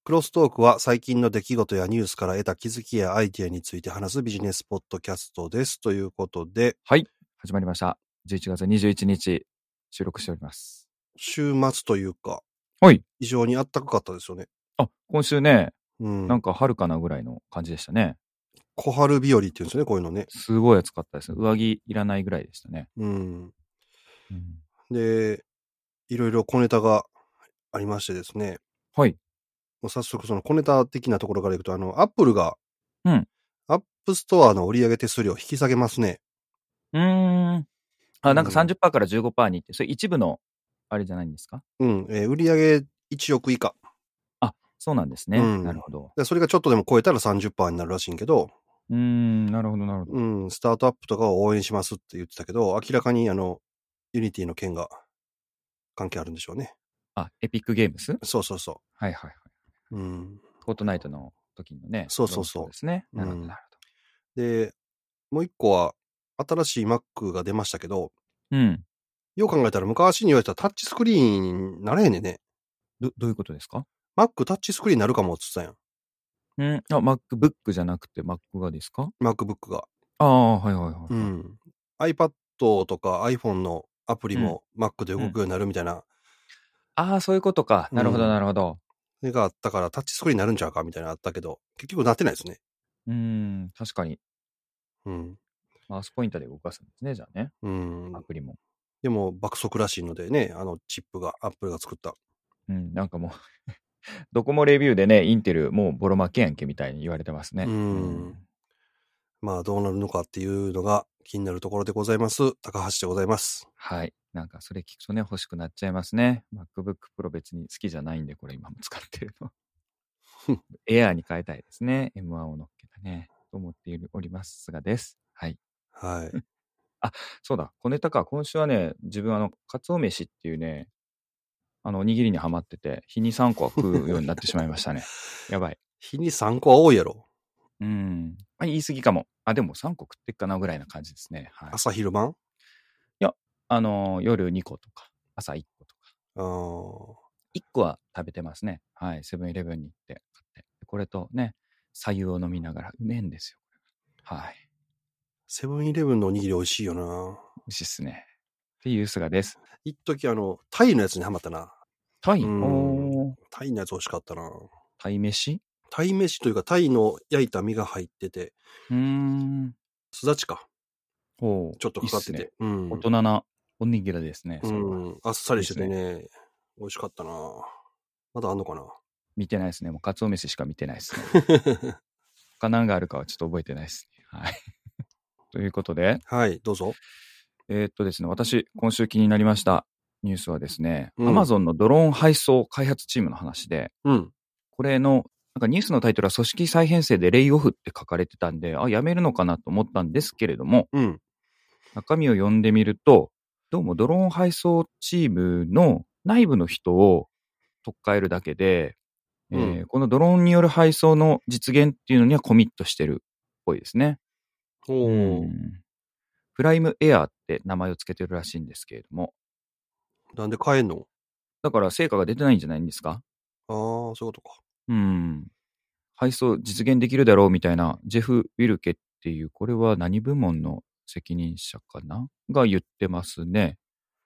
クロストークは最近の出来事やニュースから得た気づきやアイディアについて話すビジネスポッドキャストです。ということで、 はい、始まりました。11月21日、収録しております。 週末というか、 はい。 非常に暖かかったですよね。 今週ね、 なんか春かなぐらいの感じでしたね。 小春日和っていうんですよね、こういうのね。 すごい暑かったです。上着いらないぐらいでしたね。 で、いろいろ小ネタがありましてですね。 はい。 もう早速その小ネタ的なところからいくと、アップルが、 アップストアの売上手数料を引き下げますね。 なんか30%から15%にって、それ一部の、あれじゃないんですか？ 売上1億以下。 あ、そうなんですね。なるほど。 でそれがちょっとでも超えたら 30% になるらしいんけど、 なるほど、なるほど。 スタートアップとかを応援しますって言ってたけど、明らかにユニティの件が関係あるんでしょうね。 エピックゲームス？ そうそうそう。 はいはいはい。フォートナイトの時のね。 そうそうそう。 ですね。なるほど、なるほど。で、もう一個は、新しい Mac が出ましたけど、よう考えたら昔に言われたタッチスクリーンになれへんねんね。 どういうことですか？ Mac タッチスクリーンになるかもって言ってたやん。MacBook じゃなくて Mac がですか？ MacBook が。 はいはいはい。 iPad とか iPhone のアプリも Mac で動くようになるみたいな。 そういうことか。なるほど、なるほど。 それがあったからタッチスクリーンになるんちゃうかみたいなのあったけど、結局なってないですね。 確かに。マウスポインターで動かすんですね、じゃあね。アプリも。 でも爆速らしいのでね、チップが、アップルが作った。 なんかもうどこもレビューでね、インテルもうボロ負けやんけみたいに言われてますね。 まあどうなるのかっていうのが気になるところでございます。高橋でございます。 はい。なんかそれ聞くとね、欲しくなっちゃいますね。MacBook Pro 別に好きじゃないんで、これ今も使ってるの。エアーに変えたいですね。M1 を乗っけたね。と思っておりますがです。はい。 はい。 そうだ。小ネタか。今週はね、自分かつお飯っていうね、おにぎりにはまってて、日に3個は食うようになってしまいましたね。やばい。 日に3個は多いやろ。 言い過ぎかも。でも3個食ってっかなぐらいな感じですね。はい、 朝昼晩？ いや、夜2個とか、朝1個とか。1個は食べてますね。はい。セブンイレブンに行って買って。これとね、白湯を飲みながら、うめえんですよ。はい。 セブンイレブンのおにぎり美味しいよな。 美味しいっすね。っていう菅です。 一時タイのやつにハマったな。 タイ？ タイのやつ美味しかったな。 タイ飯？ タイ飯というか、タイの焼いた身が入ってて。すだちか。ちょっとかかってて。 大人なおにぎりですね。 あっさりしててね、美味しかったな。まだあんのかな？ 見てないですね。もうかつお飯しか見てないですね。他何があるかはちょっと覚えてないですね。はい。ということで。 はい、どうぞ。 ですね、私、今週気になりましたニュースはですね、Amazon のドローン配送開発チームの話で、これの、なんかニュースのタイトルは組織再編成でレイオフって書かれてたんで、やめるのかなと思ったんですけれども、中身を読んでみると、どうもドローン配送チームの内部の人を取っ換えるだけで、このドローンによる配送の実現っていうのにはコミットしてるっぽいですね。プライムエアーって名前を付けてるらしいんですけれども。 なんで変えんの？ だから成果が出てないんじゃないんですか？ そういうことか。 配送実現できるだろうみたいな、ジェフ・ウィルケっていう、これは何部門の責任者かなが言ってますね。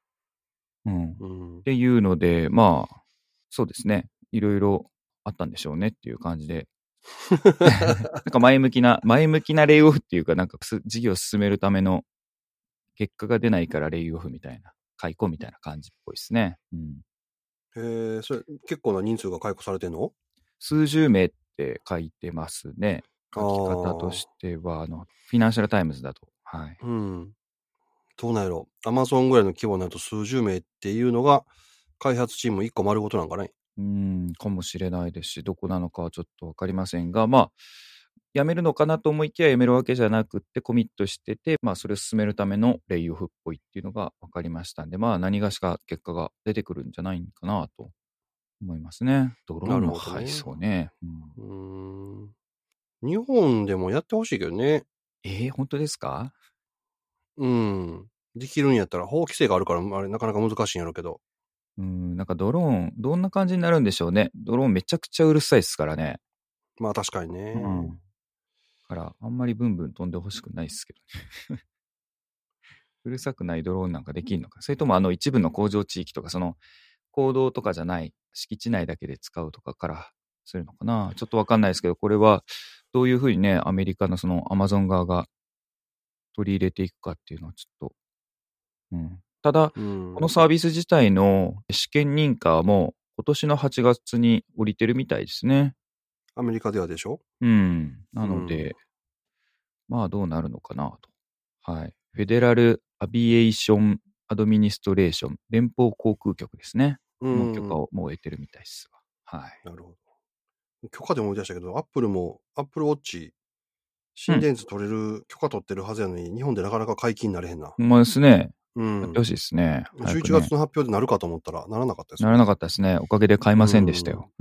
っていうので、まあ、そうですね。いろいろあったんでしょうねっていう感じで。なんか前向きなレイオフっていうか、なんか事業を進めるための結果が出ないからレイオフみたいな、解雇みたいな感じっぽいですね。 それ結構な人数が解雇されてんの？ 数十名って書いてますね。書き方としては、フィナンシャルタイムズだと。はい。 どうなんやろ。アマゾンぐらいの規模になると数十名っていうのが開発チーム1個丸ごとなんかね。 かもしれないですし、どこなのかはちょっとわかりませんが、まあ、辞めるのかなと思いきや辞めるわけじゃなくってコミットしてて、まあそれを進めるためのレイオフっぽいっていうのが分かりましたんで、まあ何がしか結果が出てくるんじゃないかなと思いますね。ドローンの配送ね。 日本でもやってほしいけどね。 本当ですか？ できるんやったら法規制があるからあれなかなか難しいんやろうけど。 なんかドローン、どんな感じになるんでしょうね。ドローンめちゃくちゃうるさいですからね。 まあ確かにね。だから、あんまりブンブン飛んでほしくないですけどね。うるさくないドローンなんかできるのか。それとも一部の工場地域とか、その、公道とかじゃない、敷地内だけで使うとかからするのかな。ちょっとわかんないですけど、これは、どういうふうにね、アメリカのそのアマゾン側が取り入れていくかっていうのはちょっと、ただ、このサービス自体の試験認可も今年の8月に降りてるみたいですね。 アメリカではでしょ？ なので、まあどうなるのかなと。はい。フェデラル・アビエーション・アドミニストレーション、連邦航空局ですね。の許可をもう得てるみたいですわ。はい。 なるほど。許可で思い出したけど、アップルも、アップルウォッチ、心電図取れる、許可取ってるはずやのに、日本でなかなか解禁になれへんな。 まあですね。やってほしいですね。 11月の発表でなるかと思ったら、ならなかったですね。 ならなかったですね。おかげで買いませんでしたよ。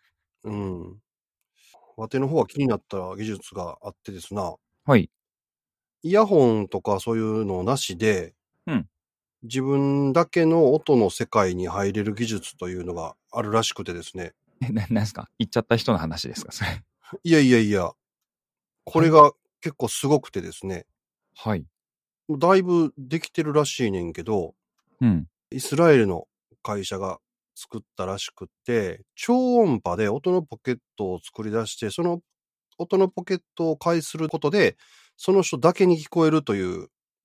わての方は気になった技術があってですな。 はい。 イヤホンとかそういうのなしで、自分だけの音の世界に入れる技術というのがあるらしくてですね。 なんすか？言っちゃった人の話ですか、それ。 いやいやいや。これが結構すごくてですね。 はい。 だいぶできてるらしいねんけど、イスラエルの会社が作ったらしくて、超音波で音のポケットを作り出して、その音のポケットを介することで、その人だけに聞こえるという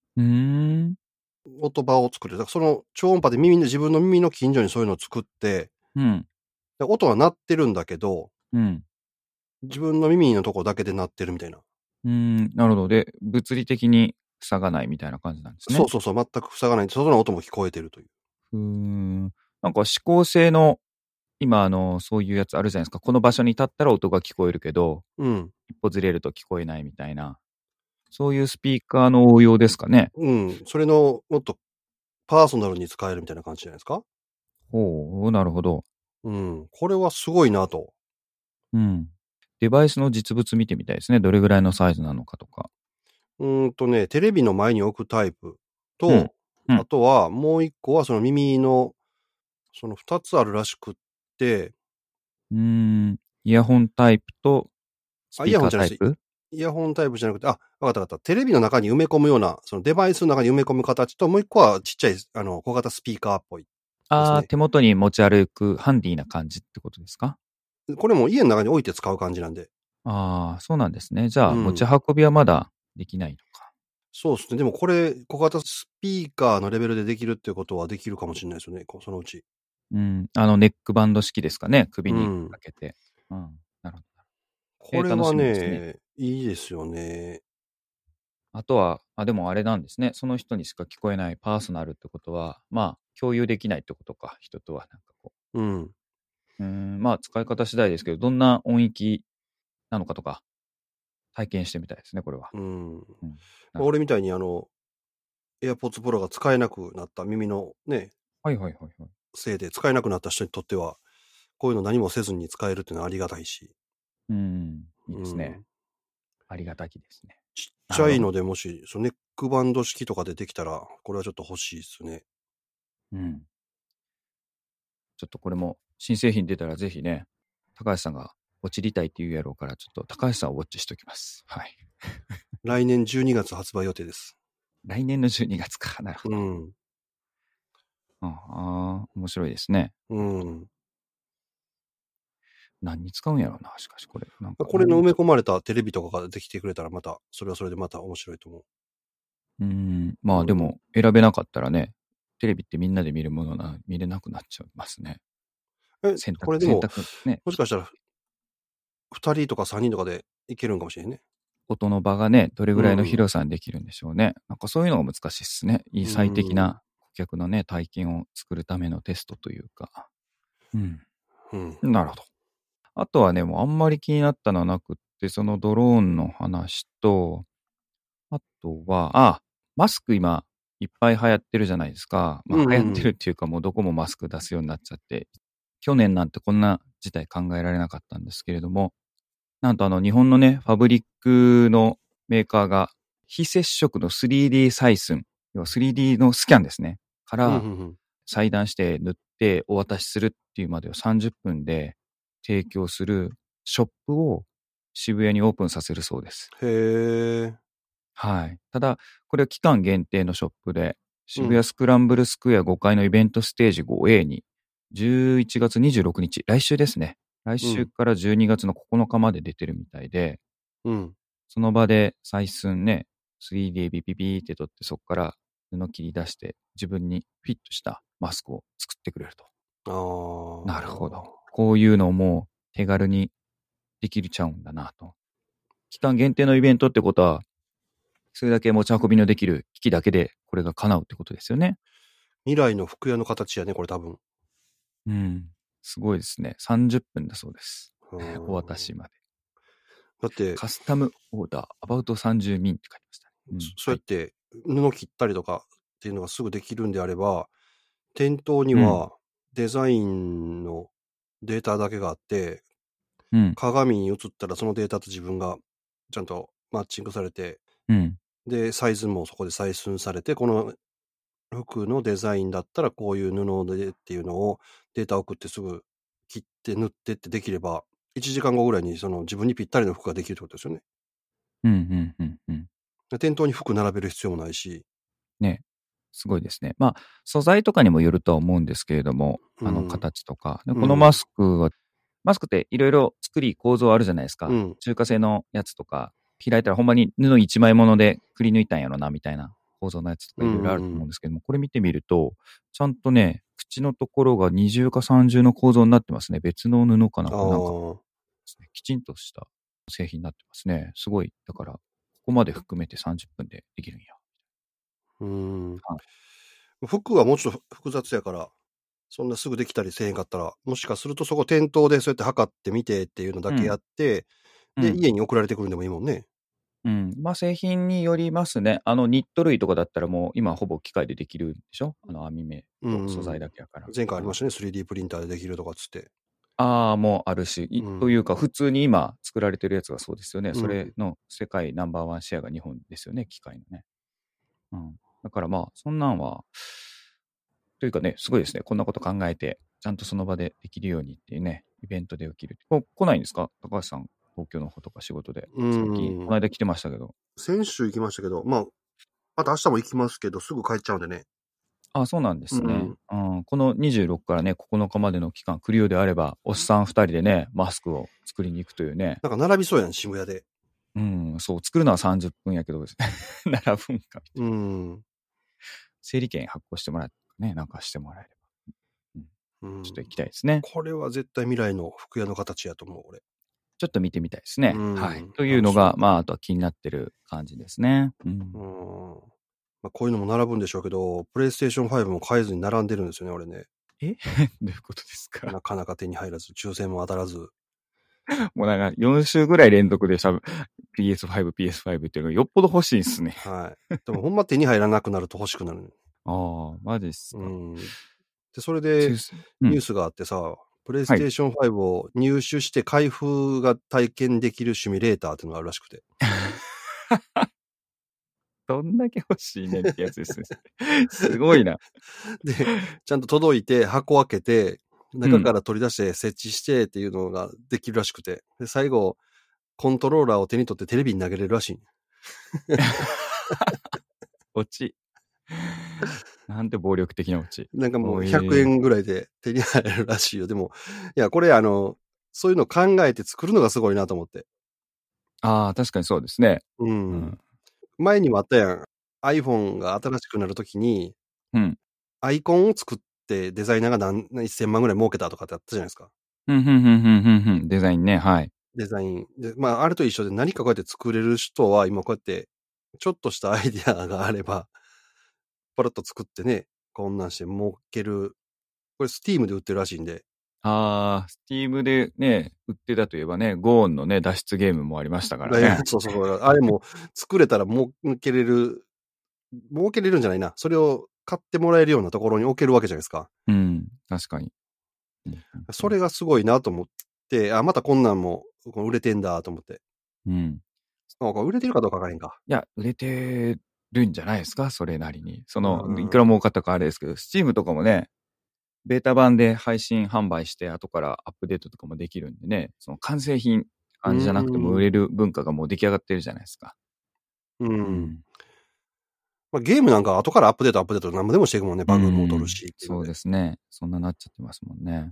音場を作る。だからその超音波で自分の耳の近所にそういうのを作って、音は鳴ってるんだけど、自分の耳のとこだけで鳴ってるみたいな。 なるほど。で、物理的に塞がないみたいな感じなんですね。 そう、全く塞がない。外の音も聞こえてるという。 なんか指向性の、今そういうやつあるじゃないですか。この場所に立ったら音が聞こえるけど、一歩ずれると聞こえないみたいな。そういうスピーカーの応用ですかね。 それのもっとパーソナルに使えるみたいな感じじゃないですか。 なるほど。 これはすごいなと。 デバイスの実物見てみたいですね。どれぐらいのサイズなのかとか。 テレビの前に置くタイプと、あとはもう一個はその耳の、その二つあるらしくって、 イヤホンタイプとスピーカータイプ？ イヤホンタイプじゃなくて、わかった。テレビの中に埋め込むような、そのデバイスの中に埋め込む形と、もう一個はちっちゃい、小型スピーカーっぽい、ね。 手元に持ち歩くハンディな感じってことですか？ これも家の中に置いて使う感じなんで。 そうなんですね。じゃあ、持ち運びはまだできないのか。 そうですね。でもこれ、小型スピーカーのレベルでできるっていうことはできるかもしれないですよね。そのうち。 ネックバンド式ですかね。首にかけて。なるほど。 これはね、いいですよね。 あとは、でもあれなんですね。その人にしか聞こえないパーソナルってことは、まあ、共有できないってことか。人とはなんかこう。まあ、使い方次第ですけど、どんな音域なのかとか、体験してみたいですね、これは。 俺みたいにAirPods Pro が使えなくなった耳のね、せいで使えなくなった人にとっては、こういうの何もせずに使えるっていうのはありがたいし。 いいですね。ありがたきですね。 ちっちゃいのでもし、そのネックバンド式とかでできたら、これはちょっと欲しいですね。 ちょっとこれも新製品出たらぜひね、高橋さんがウォッチりたいっていうやろうから、ちょっと高橋さんをウォッチしときます。はい。 来年12月発売予定です。 来年の12月か。なるほど。面白いですね。何に使うんやろうな、しかしこれ。 これの埋め込まれたテレビとかができてくれたらまた、それはそれでまた面白いと思う。 まあでも、選べなかったらね、テレビってみんなで見るものな、見れなくなっちゃいますね。 これでも、ね、もしかしたら、2人とか3人とかでいけるんかもしれんね。 音の場がね、どれぐらいの広さにできるんでしょうね。なんかそういうのが難しいっすね。最適な顧客のね、体験を作るためのテストというか。なるほど。あとはね、もうあんまり気になったのはなくって、そのドローンの話と、あとは、マスク今、いっぱい流行ってるじゃないですか。まあ流行ってるっていうかもうどこもマスク出すようになっちゃって、去年なんてこんな事態考えられなかったんですけれども、なんと日本のね、ファブリックのメーカーが非接触の 3D 採寸、要は 3D のスキャンですね。から、 裁断して塗ってお渡しするっていうまでを30分で提供するショップを渋谷にオープンさせるそうです。 へー。 はい。ただ、これは期間限定のショップで、渋谷スクランブルスクエア5階のイベントステージ 5A に、11月26日、来週ですね。来週から12月の9日まで出てるみたいで、その場で採寸ね、3D ビピピーって取って、そこから布切り出して、自分にフィットしたマスクを作ってくれると。なるほど。こういうのも手軽にできちゃうんだなと。期間限定のイベントってことは、それだけ持ち運びのできる機器だけでこれが叶うってことですよね。 未来の服屋の形やね、これ多分。 すごいですね。30分だそうです。お渡しまで。 だって、 カスタムオーダー、アバウト30ミンって書いてましたね。 そうやって布切ったりとかっていうのがすぐできるんであれば、店頭にはデザインのデータだけがあって、鏡に映ったらそのデータと自分がちゃんとマッチングされて、で、サイズもそこで採寸されて、この服のデザインだったらこういう布でっていうのをデータ送ってすぐ切って塗ってってできれば、1時間後ぐらいにその自分にぴったりの服ができるってことですよね。店頭に服並べる必要もないし。 ね。すごいですね。まあ、素材とかにもよるとは思うんですけれども、形とか。このマスクは、マスクっていろいろ作り構造あるじゃないですか。中華製のやつとか、開いたらほんまに布一枚ものでくり抜いたんやろな、みたいな構造のやつとかいろいろあると思うんですけども、これ見てみると、ちゃんとね、口のところが二重か三重の構造になってますね。別の布かなんか、きちんとした製品になってますね。すごい。だから、ここまで含めて30分でできるんや。 服はもうちょっと複雑やから、そんなすぐできたりせえへんかったら、もしかするとそこ店頭でそうやって測ってみてっていうのだけやって、で、家に送られてくるんでもいいもんね。 まあ製品によりますね。ニット類とかだったらもう今ほぼ機械でできるんでしょ？網目と素材だけやから。 前回ありましたね。3D プリンターでできるとかっつって。 もうあるし、というか普通に今作られてるやつがそうですよね。それの世界ナンバーワンシェアが日本ですよね、機械のね。だからまあ、そんなんは、というかね、すごいですね。こんなこと考えて、ちゃんとその場でできるようにっていうね、イベントで起きる。来ないんですか？高橋さん、東京の方とか仕事で。最近、この間来てましたけど。 先週行きましたけど、また明日も行きますけど、すぐ帰っちゃうんでね。 そうなんですね。この26からね、9日までの期間来るようであれば、おっさん2人でね、マスクを作りに行くというね。 なんか並びそうやん、渋谷で。 そう、作るのは30分やけど、並ぶんか。整理券発行してもらってね、なんかしてもらえれば。ちょっと行きたいですね。 これは絶対未来の服屋の形やと思う、俺。 ちょっと見てみたいですね。はい。というのが、まあ、あとは気になってる感じですね。 こういうのも並ぶんでしょうけど、プレイステーション5も買えずに並んでるんですよね、俺ね。 どういうことですか？ なかなか手に入らず、抽選も当たらず。 もうなんか4週ぐらい連続でPS5 っていうのがよっぽど欲しいっすね。 はい。でもほんま手に入らなくなると欲しくなる。 マジっすか。 で、それでニュースがあってさ、プレイステーション5を入手して開封が体験できるシミュレーターっていうのがあるらしくて。 どんだけ欲しいねんってやつですね。すごいな。 で、ちゃんと届いて箱開けて、中から取り出して設置してっていうのができるらしくて。で、最後、コントローラーを手に取ってテレビに投げれるらしい。 落ち。なんて暴力的なオチ。 なんかもう100円ぐらいで手に入るらしいよ。でも、いや、これそういうの考えて作るのがすごいなと思って。 確かにそうですね。 前にもあったやん。iPhone が新しくなるときに、アイコンを作ってデザイナーが1000万ぐらい儲けたとかってあったじゃないですか。 デザインね、はい。 デザイン。で、あれと一緒で何かこうやって作れる人は今こうやって、ちょっとしたアイデアがあれば、パラッと作ってね、こんなんして儲ける。これ Steam で売ってるらしいんで。 Steam でね、売ってたといえばね、ゴーンのね、脱出ゲームもありましたからね。 そう。あれも作れたら儲けれるんじゃないな。それを買ってもらえるようなところに置けるわけじゃないですか。 確かに。 それがすごいなと思って、またこんなんも売れてんだと思って。これ売れてるかどうかわからへんか。 いや、売れてるんじゃないですか、それなりに。いくら儲かったかあれですけど、Steam とかもね、 ベータ版で配信販売して、後からアップデートとかもできるんでね、その完成品感じじゃなくても売れる文化がもう出来上がってるじゃないですか。 まあ、ゲームなんか後からアップデート何もでもしていくもんね、バグも取るし。 そうですね。そんななっちゃってますもんね。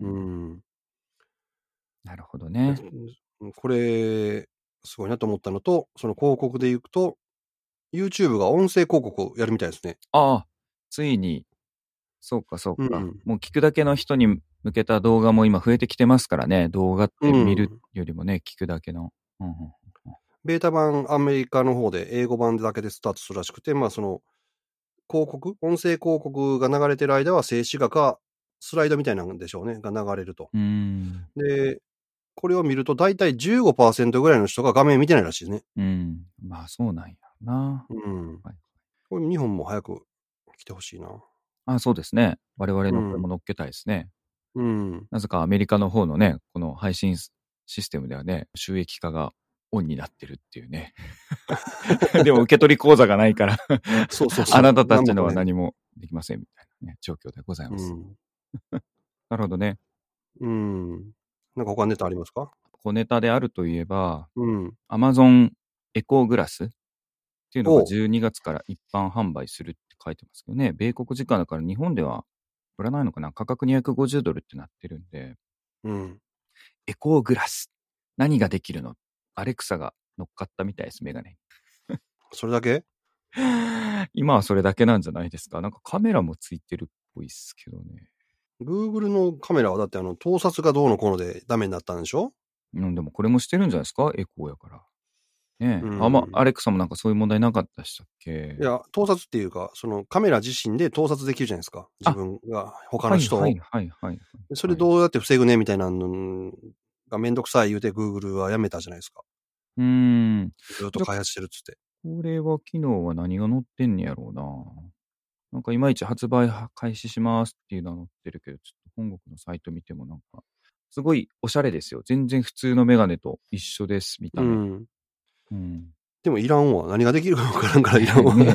なるほどね。 これ、すごいなと思ったのと、その広告で言うと、YouTube が音声広告をやるみたいですね。 ああ、ついに。そうか。もう聞くだけの人に向けた動画も今増えてきてますからね。動画って見るよりもね、聞くだけの。 ベータ版アメリカの方で英語版だけでスタートするらしくて、まあその広告、音声広告が流れてる間は静止画かスライドみたいなんでしょうね、が流れると。で、これを見ると大体 15% ぐらいの人が画面見てないらしいですね。まあそうなんやな。 これ日本も早く来てほしいな。 あ、そうですね。我々のこれも乗っけたいですね。なぜかアメリカの方のね、この配信システムではね、収益化がオンになってるっていうね。でも受け取り口座がないからそうあなたたちのは何もできませんみたいなね、状況でございます。なるほどね。 なんか他ネタありますか？ 小ネタであるといえば、Amazon エコーグラスっていうのが12月から一般販売するって書いてますけどね、米国時間だから日本では売らないのかな、価格$250ってなってるんで、エコーグラス。何ができるの？アレクサが乗っかったみたいです、メガネ。 それだけ？ 今はそれだけなんじゃないですか。なんかカメラもついてるっぽいっすけどね。 Google のカメラはだって盗撮がどうのこうのでダメになったんでしょ？ でもこれもしてるんじゃないですか？エコーやから。ねえ。アレクサもなんかそういう問題なかったでしたっけ？ いや、盗撮っていうか、そのカメラ自身で盗撮できるじゃないですか。自分が他の人を。それどうやって防ぐねみたいなのがめんどくさい言うて Google はやめたじゃないですか。ずっと開発してるっつって。 これは機能は何が載ってんねやろうな。なんかいまいち発売開始しますっていうのは載ってるけど、ちょっと本国のサイト見てもなんか、すごいおしゃれですよ。全然普通のメガネと一緒です、見た目。 でもいらんわ。何ができるか分からんからいらんわ。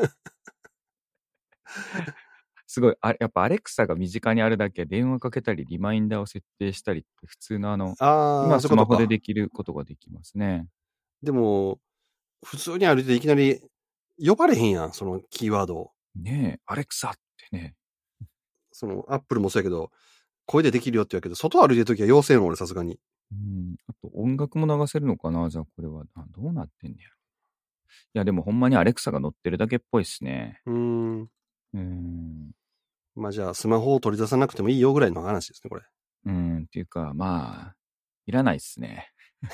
すごい、やっぱアレクサが身近にあるだけ電話かけたり、リマインダーを設定したりって普通の今スマホでできることができますね。 でも、普通に歩いていきなり呼ばれへんやん、そのキーワードを。 ねえ、アレクサってね。 そのアップルもそうやけど、声でできるよって言うけど、外歩いてるときは要請の俺さすがに。 あと音楽も流せるのかな？じゃあこれは。どうなってんねやろ。いやでもほんまにアレクサが乗ってるだけっぽいっすね。 まあじゃあスマホを取り出さなくてもいいよぐらいの話ですね、これ。 っていうか、まあ、いらないっすね。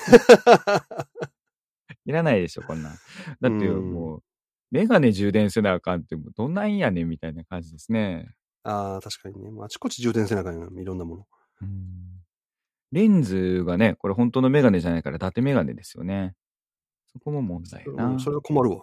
いらないでしょ、こんなん。だってもう、メガネ充電せなあかんって、どんなんやねんみたいな感じですね。 ああ、確かにね。あちこち充電せなあかんよ、いろんなもの。 レンズがね、これ本当のメガネじゃないから伊達メガネですよね。そこも問題な。 それは困るわ。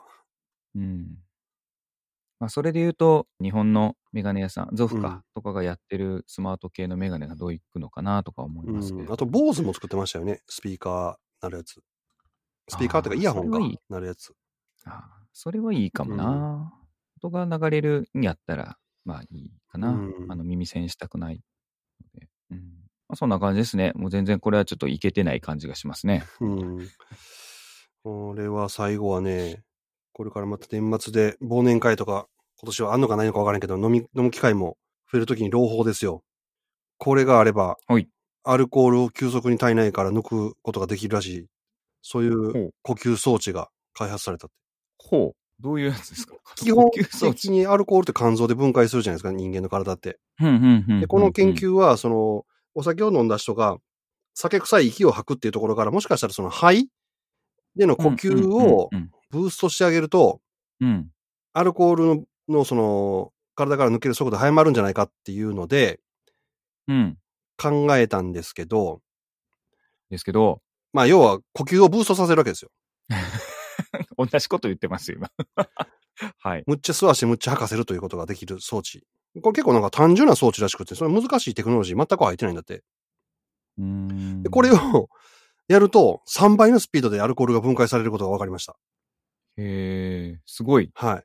まあ、それで言うと、日本のメガネ屋さん、ゾフか、とかがやってるスマート系のメガネがどういくのかなとか思いますけど。 あと、坊主も作ってましたよね。スピーカーなるやつ。スピーカーっていうかイヤホンかなるやつ。 それはいいかもな。音が流れるんやったら、まあいいかな。耳栓したくないので。まあ、そんな感じですね。もう全然これはちょっといけてない感じがしますね。 これは最後はね、これからまた年末で忘年会とか、今年はあんのかないのか分からんけど、飲む機会も増えるときに朗報ですよ。これがあれば、アルコールを急速に体内から抜くことができるらしい。そういう呼吸装置が開発されたって。 どういうやつですか？ 基本的にアルコールって肝臓で分解するじゃないですか、人間の体って。で、この研究は、お酒を飲んだ人が酒臭い息を吐くっていうところから、もしかしたらその肺での呼吸をブーストしてあげると、アルコールの体から抜ける速度早まるんじゃないかっていうので、考えたんですけど、まあ要は呼吸をブーストさせるわけですよ。 同じこと言ってますよ、今。はい。 むっちゃ吸わしてむっちゃ吐かせるということができる装置。これ結構なんか単純な装置らしくて、それ難しいテクノロジー全く入ってないんだって。で、これをやると3倍のスピードでアルコールが分解されることが分かりました。 へー、すごい。 はい。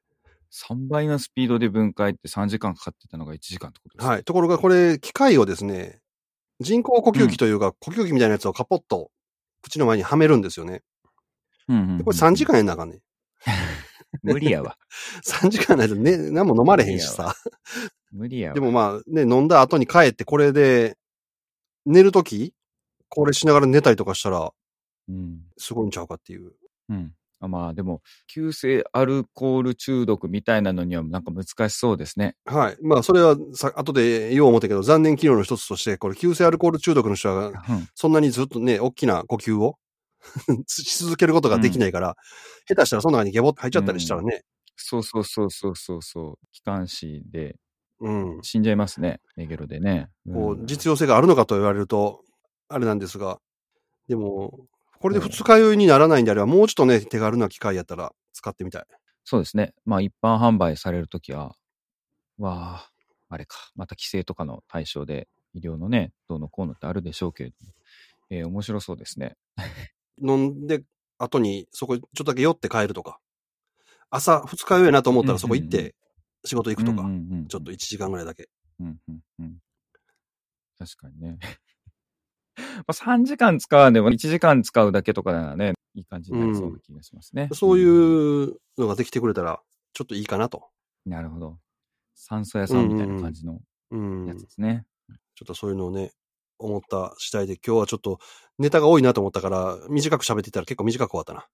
3倍のスピードで分解って3時間かかってたのが1時間ってことですか？ はい。ところがこれ、機械をですね、人工呼吸器というか、呼吸器みたいなやつをカポッと口の前にはめるんですよね。でこれ3時間やんなあかんねん。 無理やわ。 3時間ないとね、何も飲まれへんしさ。 無理やわ。 でもまあね、飲んだ後に帰ってこれで、寝るときこれしながら寝たりとかしたら、すごいんちゃうかっていう。 まあでも、急性アルコール中毒みたいなのにはなんか難しそうですね。 はい。まあそれは後で言おう思ったけど、残念機能の一つとして、これ急性アルコール中毒の人は、そんなにずっとね、大きな呼吸をし続けることができないから、下手したらその中にゲボって入っちゃったりしたらね。 そう。気管支で、死んじゃいますね。ネゲロでね。 こう、実用性があるのかと言われると、あれなんですが、でも、これで二日酔いにならないんであれば、もうちょっとね、手軽な機械やったら使ってみたい。 そうですね。まあ一般販売されるときは、あれか。また規制とかの対象で、医療のね、どうのこうのってあるでしょうけれども。面白そうですね。 飲んで、後にそこちょっとだけ寄って帰るとか。朝二日酔いやなと思ったらそこ行って仕事行くとか。ちょっと1時間ぐらいだけ。 確かにね。3時間使わんでも1時間使うだけとかならね、いい感じになりそうな気がしますね。 そういうのができてくれたら、ちょっといいかなと。 なるほど。酸素屋さんみたいな感じのやつですね。 ちょっとそういうのをね、思った次第で、今日はちょっとネタが多いなと思ったから、短く喋っていたら結構短く終わったな。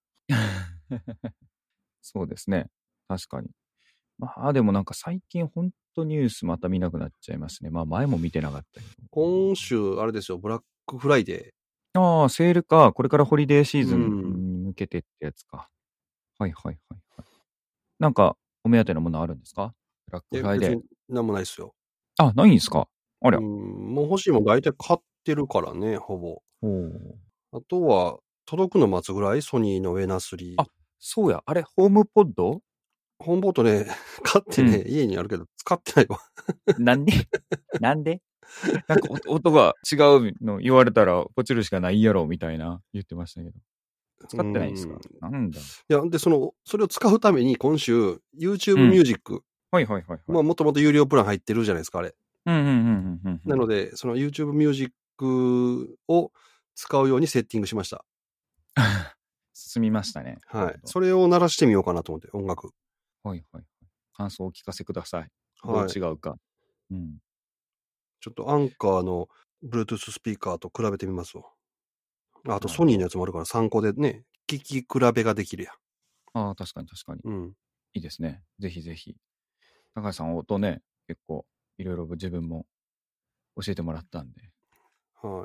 そうですね。確かに。まあ、でもなんか最近ほんとニュースまた見なくなっちゃいますね。まあ前も見てなかったけど。 今週、あれですよ、ブラックフライデー。ああ、セールか。これからホリデーシーズンに向けてってやつか。はい。なんか、お目当てのものあるんですか？ブラックフライデー。 なんもないっすよ。 あ、ないんですか？ありゃ。 もう欲しいもん大体買ってるからね、ほぼ。あとは、届くの待つぐらいソニーのウェナ3。 あ、そうや。あれ、ホームポッド？ ホームポッドね、買ってね、家にあるけど使ってないわ。 なんでなんか音が違うの言われたらポチるしかないやろみたいな言ってましたけど。使ってないんですか？なんだ。いや、で、それを使うために今週、YouTube ミュージック。 はい。 まあ、もともと有料プラン入ってるじゃないですか、あれ。 なので、その YouTube ミュージックを使うようにセッティングしました。 進みましたね。 はい。それを鳴らしてみようかなと思って、音楽。 はい。感想をお聞かせください。どう違うか。 ちょっとアンカーの Bluetooth スピーカーと比べてみますわ。あとソニーのやつもあるから参考でね、聞き比べができるや。 ああ、確かに。いいですね。ぜひ。高橋さん、音ね、結構いろいろ自分も教えてもらったんで。はい。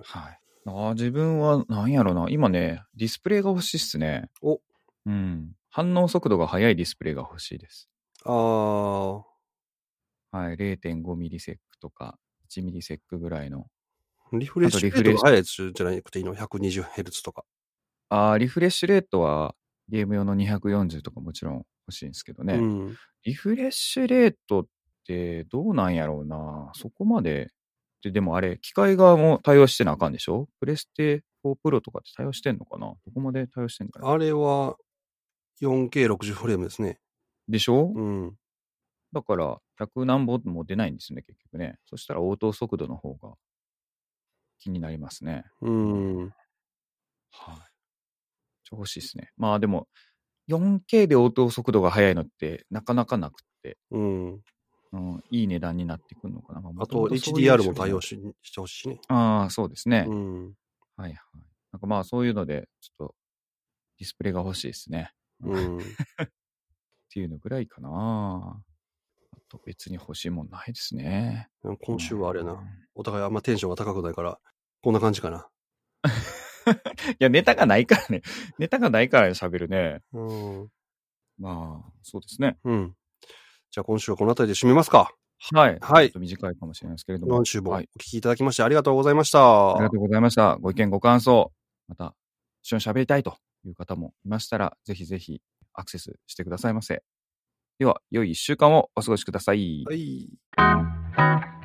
自分は何やろな。今ね、ディスプレイが欲しいっすね。反応速度が速いディスプレイが欲しいです。はい。0.5 ミリセックとか1ミリセックぐらいの。 リフレッシュレートが速いやつじゃなくていいの？ 120Hz とか。 リフレッシュレートはゲーム用の240とかもちろん欲しいんですけどね。リフレッシュレートってどうなんやろうな。そこまで。でもあれ、機械側も対応してなあかんでしょ？プレステ4プロとかって対応してんのかな？どこまで対応してんかな？ あれは 4K60 フレームですね。 でしょ？だから100何本も出ないんですよね、結局ね。そしたら応答速度の方が気になりますね。欲しいですね。まあでも、4K で応答速度が速いのってなかなかなくって、いい値段になってくるのかな。 あと HDR も対応してほしいね。 そうですね。はい。なんかまあそういうので、ちょっとディスプレイが欲しいですね。っていうのぐらいかな。あと別に欲しいもんないですね。 今週はあれやな。お互いあんまテンションが高くないから、こんな感じかな。 いや、ネタがないからね。ネタがないから喋るね。まあ、そうですね。 じゃあ今週はこの辺りで締めますか。 はい。ちょっと短いかもしれないですけれども。 今週もお聞きいただきましてありがとうございました。 ありがとうございました。ご意見ご感想、また一緒に喋りたいという方もいましたら、ぜひぜひアクセスしてくださいませ。では、良い1週間をお過ごしください。 はい。